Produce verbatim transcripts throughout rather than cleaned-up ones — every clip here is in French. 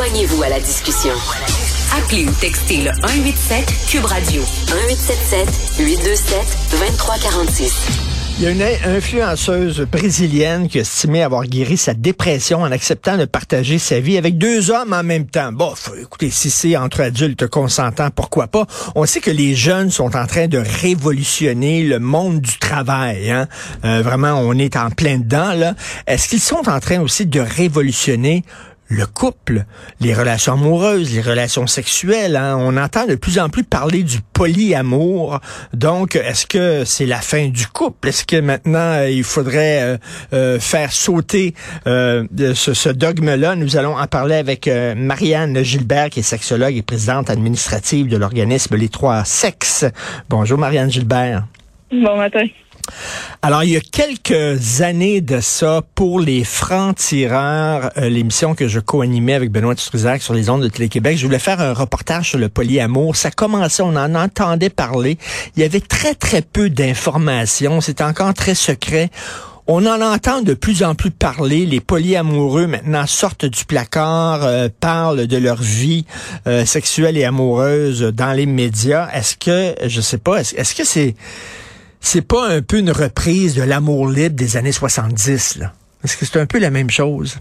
Joignez-vous à la discussion. Appelez ou textez le un huit sept Cube Radio un huit sept sept huit deux sept deux trois quatre six. Il y a une influenceuse brésilienne qui a estimé avoir guéri sa dépression en acceptant de partager sa vie avec deux hommes en même temps. Bon, écoutez, si c'est entre adultes consentants, pourquoi pas? On sait que les jeunes sont en train de révolutionner le monde du travail. Hein? Euh, vraiment, on est en plein dedans, là. Est-ce qu'ils sont en train aussi de révolutionner le couple, les relations amoureuses, les relations sexuelles? Hein? On entend de plus en plus parler du polyamour. Donc, est-ce que c'est la fin du couple? Est-ce que maintenant, euh, il faudrait euh, euh, faire sauter euh, de ce, ce dogme-là? Nous allons en parler avec euh, Marianne Gilbert, qui est sexologue et présidente administrative de l'organisme Les Trois Sexes. Bonjour, Marianne Gilbert. Bon matin. Alors, il y a quelques années de ça, pour les Francs-Tireurs, euh, l'émission que je co-animais avec Benoît Dutrisac sur les ondes de Télé-Québec, je voulais faire un reportage sur le polyamour. Ça commençait, on en entendait parler. Il y avait très, très peu d'informations. C'était encore très secret. On en entend de plus en plus parler. Les polyamoureux maintenant sortent du placard, euh, parlent de leur vie euh, sexuelle et amoureuse dans les médias. Est-ce que, je sais pas, est-ce, est-ce que c'est... C'est pas un peu une reprise de l'amour libre des années soixante-dix, là? Est-ce que c'est un peu la même chose?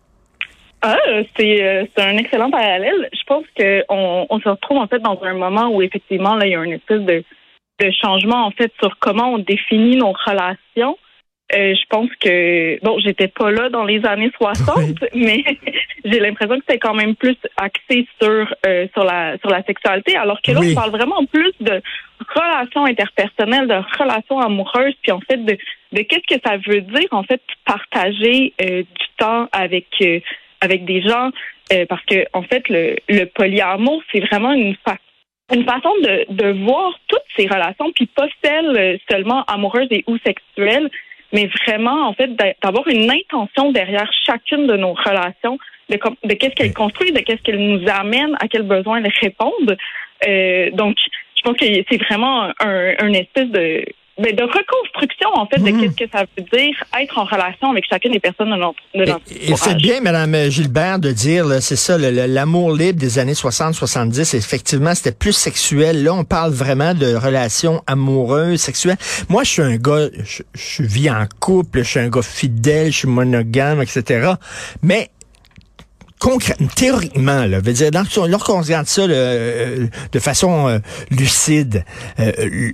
Ah, c'est, euh, c'est un excellent parallèle. Je pense qu'on on se retrouve en fait dans un moment où effectivement, là, il y a une espèce de, de changement en fait sur comment on définit nos relations. Euh, je pense que, bon, j'étais pas là dans les années soixante, oui. mais j'ai l'impression que c'est quand même plus axé sur euh, sur la sur la sexualité, alors que là, oui. on parle vraiment plus de relations interpersonnelles, de relations amoureuses, puis en fait de de qu'est-ce que ça veut dire en fait partager euh, du temps avec euh, avec des gens, euh, parce que en fait le le polyamour, c'est vraiment une fa- une façon de de voir toutes ces relations, puis pas celles seulement amoureuses et ou sexuelles, mais vraiment, en fait, d'avoir une intention derrière chacune de nos relations, de, de qu'est-ce qu'elles construisent, de qu'est-ce qu'elles nous amènent, à quels besoins elles répondent. Euh, donc, je pense que c'est vraiment un, un espèce de, de reconstruction, en fait, de mmh. qu'est-ce que ça veut dire être en relation avec chacune des personnes de notre, de notre Et, et c'est bien, Mme Gilbert, de dire, là, c'est ça, le, le, l'amour libre des années soixante soixante-dix, effectivement, c'était plus sexuel. Là, on parle vraiment de relations amoureuses, sexuelles. Moi, je suis un gars, je, je vis en couple, je suis un gars fidèle, je suis monogame, et cetera. Mais concrètement, théoriquement, là, veut dire, lorsqu'on regarde ça là, de façon euh, lucide, euh,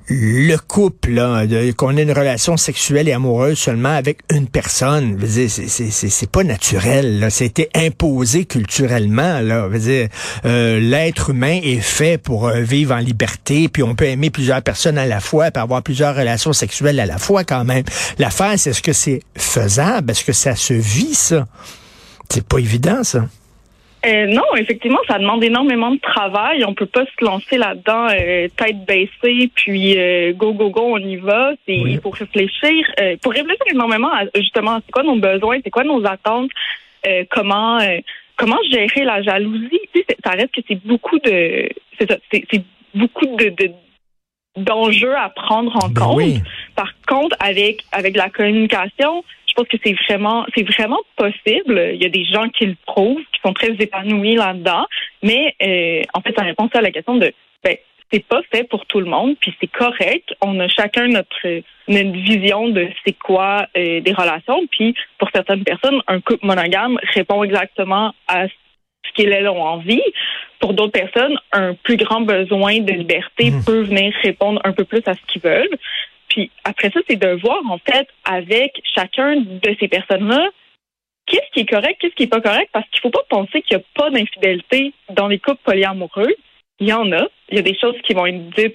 le couple, là, de, qu'on ait une relation sexuelle et amoureuse seulement avec une personne, veut dire, c'est, c'est, c'est, c'est pas naturel. Là, c'était imposé culturellement. Là, veut dire, euh, l'être humain est fait pour euh, vivre en liberté, puis on peut aimer plusieurs personnes à la fois, puis avoir plusieurs relations sexuelles à la fois quand même. L'affaire, c'est est-ce que c'est faisable? Est-ce que ça se vit, ça? C'est pas évident, ça. Euh, non, effectivement, ça demande énormément de travail. On peut pas se lancer là-dedans euh, tête baissée, puis euh, go, go, go, on y va. C'est oui. pour réfléchir, euh, pour réfléchir énormément à justement c'est quoi nos besoins, c'est quoi nos attentes, euh, comment euh, comment gérer la jalousie. Tu sais, ça reste que c'est beaucoup de c'est ça, c'est, c'est beaucoup de, de d'enjeux à prendre en ben compte. Oui. Par contre, avec avec la communication, je pense que c'est vraiment, c'est vraiment possible. Il y a des gens qui le prouvent, qui sont très épanouis là-dedans. Mais euh, en fait, ça répond à la question de, ben, c'est pas fait pour tout le monde, puis c'est correct. On a chacun notre notre vision de c'est quoi euh, des relations. Puis pour certaines personnes, un couple monogame répond exactement à ce qu'ils ont envie. Pour d'autres personnes, un plus grand besoin de liberté mmh. peut venir répondre un peu plus à ce qu'ils veulent. Puis après ça, c'est de voir, en fait, avec chacun de ces personnes-là, qu'est-ce qui est correct, qu'est-ce qui est pas correct, parce qu'il faut pas penser qu'il y a pas d'infidélité dans les couples polyamoureux. Il y en a. Il y a des choses qui vont être dites,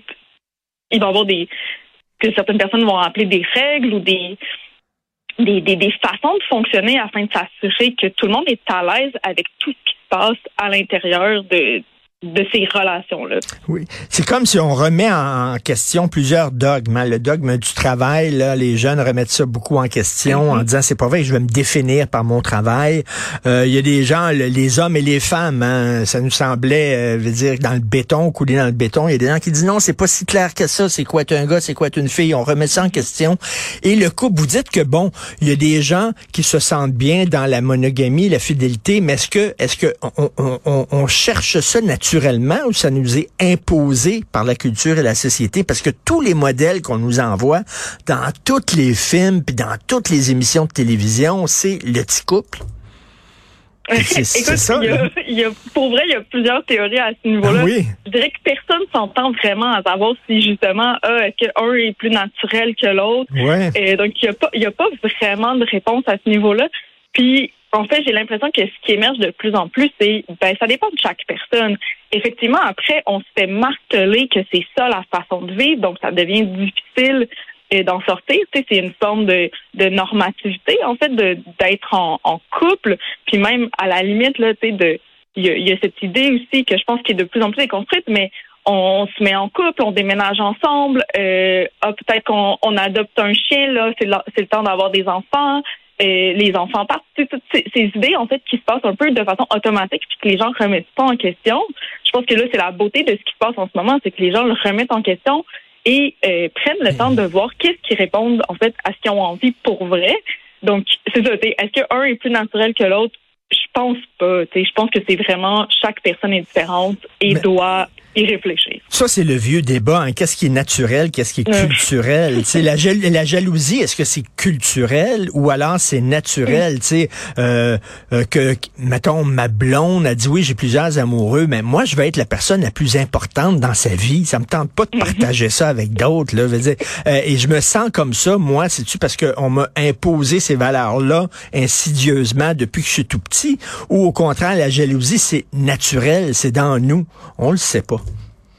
il va y avoir des, que certaines personnes vont appeler des règles ou des, des, des, des façons de fonctionner afin de s'assurer que tout le monde est à l'aise avec tout ce qui se passe à l'intérieur de, de ces relations-là. Oui. C'est comme si on remet en question plusieurs dogmes. Hein. Le dogme du travail, là, les jeunes remettent ça beaucoup en question mm-hmm. en disant c'est pas vrai que je vais me définir par mon travail. Euh, il y a des gens, le, les hommes et les femmes, hein, ça nous semblait, euh, veut dire, dans le béton, coulé dans le béton. Il y a des gens qui disent non, c'est pas si clair que ça. C'est quoi être un gars, c'est quoi être une fille. On remet ça en question. Et le couple, vous dites que bon, il y a des gens qui se sentent bien dans la monogamie, la fidélité, mais est-ce que, est-ce que on, on, on, on cherche ça naturellement? Naturellement, ou ça nous est imposé par la culture et la société, parce que tous les modèles qu'on nous envoie dans tous les films puis dans toutes les émissions de télévision, c'est le petit couple. C'est, c'est Écoute, ça, il y a, il y a, pour vrai, il y a plusieurs théories à ce niveau-là. Oui. Je dirais que personne s'entend vraiment à savoir si, justement, ah, est-ce qu'un est plus naturel que l'autre. Ouais. Et donc, il n'y a pas, il y a pas vraiment de réponse à ce niveau-là. Puis, en fait, j'ai l'impression que ce qui émerge de plus en plus, c'est, ben, ça dépend de chaque personne. Effectivement, après, on se fait marteler que c'est ça la façon de vivre, donc ça devient difficile euh, d'en sortir. Tu sais, c'est une forme de, de normativité, en fait, de d'être en, en couple, puis même à la limite, là, tu sais, de, il y a, y a cette idée aussi que je pense qui est de plus en plus déconstruite, mais on se met en couple, on déménage ensemble, euh, ah, peut-être qu'on on adopte un chien, là, c'est le, c'est le temps d'avoir des enfants. Euh, les enfants partent, toutes ces, ces idées en fait qui se passent un peu de façon automatique puis que les gens remettent pas en question. Je pense que là c'est la beauté de ce qui se passe en ce moment, c'est que les gens le remettent en question et euh, prennent le temps de voir qu'est-ce qui répondent en fait à ce qu'ils ont envie pour vrai. Donc c'est ça. Est-ce qu'un est plus naturel que l'autre? Je pense pas. Je pense que c'est vraiment chaque personne est différente et Mais... doit y réfléchir. Ça, c'est le vieux débat. Hein. Qu'est-ce qui est naturel? Qu'est-ce qui est euh. culturel? la, jal- la jalousie, est-ce que c'est culturel ou alors c'est naturel? Mm. Euh, euh, que, mettons, ma blonde a dit oui, j'ai plusieurs amoureux, mais moi, je vais être la personne la plus importante dans sa vie. Ça me tente pas de partager mm-hmm. ça avec d'autres. Là, veux dire. Euh, et je me sens comme ça, moi, c'est-tu parce qu'on m'a imposé ces valeurs-là insidieusement depuis que je suis tout petit? Ou au contraire, la jalousie, c'est naturel, c'est dans nous. On le sait pas.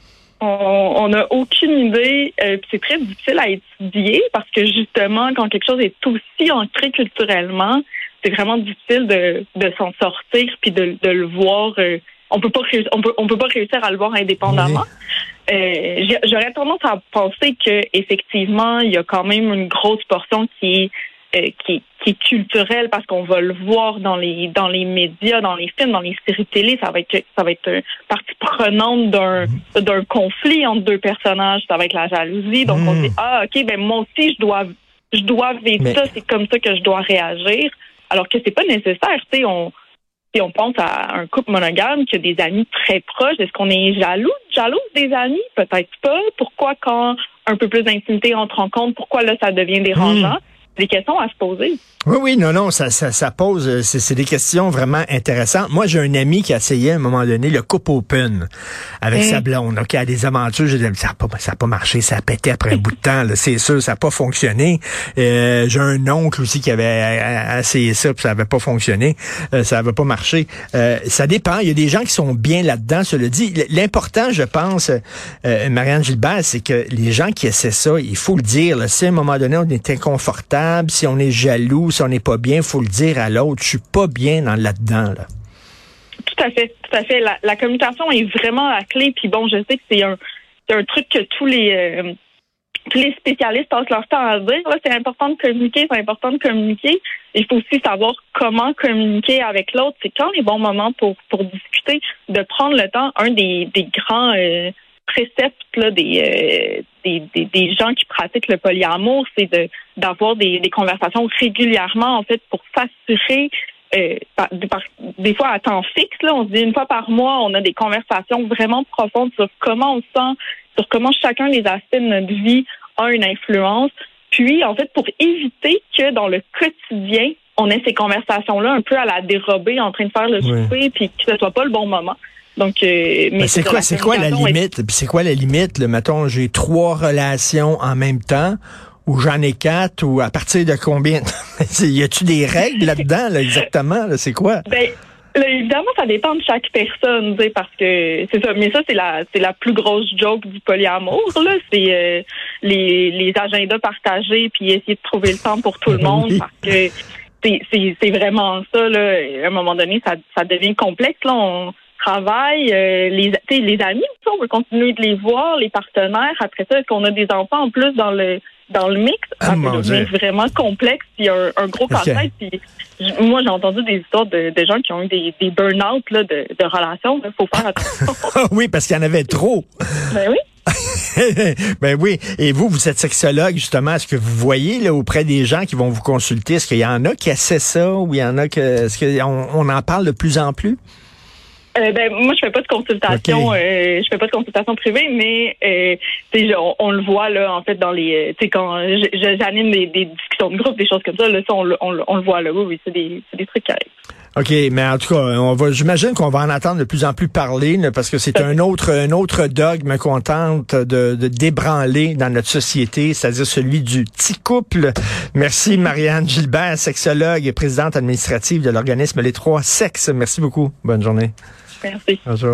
On n'a aucune idée. Euh, c'est très difficile à étudier parce que justement, quand quelque chose est aussi ancré culturellement, c'est vraiment difficile de, de s'en sortir puis de, de le voir. Euh, on peut pas réussir, on peut on peut pas réussir à le voir indépendamment. Oui. Euh, j'aurais tendance à penser que effectivement, il y a quand même une grosse portion qui est Euh, qui, qui est culturel parce qu'on va le voir dans les dans les médias, dans les films, dans les séries télé, ça va être ça va être partie prenante d'un mmh. d'un conflit entre deux personnages, ça va être la jalousie. Donc mmh. on dit ah ok ben moi aussi je dois je dois vivre Mais... ça, c'est comme ça que je dois réagir. Alors que c'est pas nécessaire, tu sais, on si on pense à un couple monogame qui a des amis très proches, est-ce qu'on est jaloux jaloux des amis? Peut-être pas. Pourquoi quand un peu plus d'intimité entre en compte, pourquoi là ça devient dérangeant? Mmh. Des questions à se poser. Oui, oui, non, non, ça, ça, ça pose, c'est, c'est des questions vraiment intéressantes. Moi, j'ai un ami qui a essayé à un moment donné le couple open avec mmh. sa blonde, là, qui a des aventures. J'ai dit, ça n'a pas, ça a pas marché, ça a pété après un bout de temps, là, c'est sûr, ça n'a pas fonctionné. Euh, j'ai un oncle aussi qui avait essayé ça, puis ça n'avait pas fonctionné, euh, ça n'avait pas marché. Euh, ça dépend, il y a des gens qui sont bien là-dedans, cela dit. L'important, je pense, euh, Marianne Gilbert, c'est que les gens qui essaient ça, il faut le dire, là, si à un moment donné, on est inconfortable, si on est jaloux, si on n'est pas bien, il faut le dire à l'autre. Je suis pas bien dans là-dedans. Là. Tout à fait, tout à fait. La, la communication est vraiment la clé. Puis bon, je sais que c'est un, c'est un truc que tous les euh, tous les spécialistes passent leur temps à dire. Là, c'est important de communiquer, c'est important de communiquer. Il faut aussi savoir comment communiquer avec l'autre. C'est quand les bons moments pour pour discuter, de prendre le temps. Un des, des grands euh, préceptes là, des, euh, des, des des gens qui pratiquent le polyamour, c'est de d'avoir des, des conversations régulièrement en fait pour s'assurer euh, par, par, des fois à temps fixe là, on se dit une fois par mois, on a des conversations vraiment profondes sur comment on se sent, sur comment chacun des aspects de notre vie a une influence. Puis en fait pour éviter que dans le quotidien on ait ces conversations là un peu à la dérobée en train de faire le oui. souper puis que ce soit pas le bon moment. Donc, euh, mais c'est quoi, c'est quoi la limite? Est... Puis c'est quoi la limite? Là, mettons, j'ai trois relations en même temps, ou j'en ai quatre, ou à partir de combien? Y a-tu des règles là-dedans, là, exactement? Là, c'est quoi? Ben, là, évidemment, ça dépend de chaque personne, tu sais, parce que c'est ça. Mais ça, c'est la, c'est la plus grosse joke du polyamour, là. C'est euh, les, les agendas partagés, puis essayer de trouver le temps pour tout le monde, oui. parce que c'est, c'est, c'est vraiment ça, là. À un moment donné, ça, ça devient complexe, là. On, travail, euh, les, les amis, on veut continuer de les voir, les partenaires. Après ça, est-ce qu'on a des enfants en plus dans le dans le mix? Ah, ça peut devenir vraiment complexe, puis un, un gros casse-tête. Puis moi, j'ai entendu des histoires de, de gens qui ont eu des, des burn-out là, de, de relations. Il faut faire attention. Oui, parce qu'il y en avait trop. Ben oui. Ben oui. Et vous, vous êtes sexologue, justement. Est-ce que vous voyez là auprès des gens qui vont vous consulter, est-ce qu'il y en a qui essaient ça ou il y en a que est-ce qu'on on en parle de plus en plus? Euh, ben moi je fais pas de consultation, okay. euh, je fais pas de consultation privée, mais euh, on, on le voit là en fait dans les, tu sais quand j'anime des, des discussions de groupe, des choses comme ça, là ça on, on, on le voit là, oui, oui c'est des, c'est des trucs qui arrivent. OK, mais en tout cas, on va, j'imagine qu'on va en entendre de plus en plus parler, là, parce que c'est un autre, un autre dogme qu'on tente de, de débranler dans notre société, c'est-à-dire celui du petit couple. Merci Marianne Gilbert, sexologue et présidente administrative de l'organisme Les Trois Sexes. Merci beaucoup. Bonne journée. Merci. Bonjour.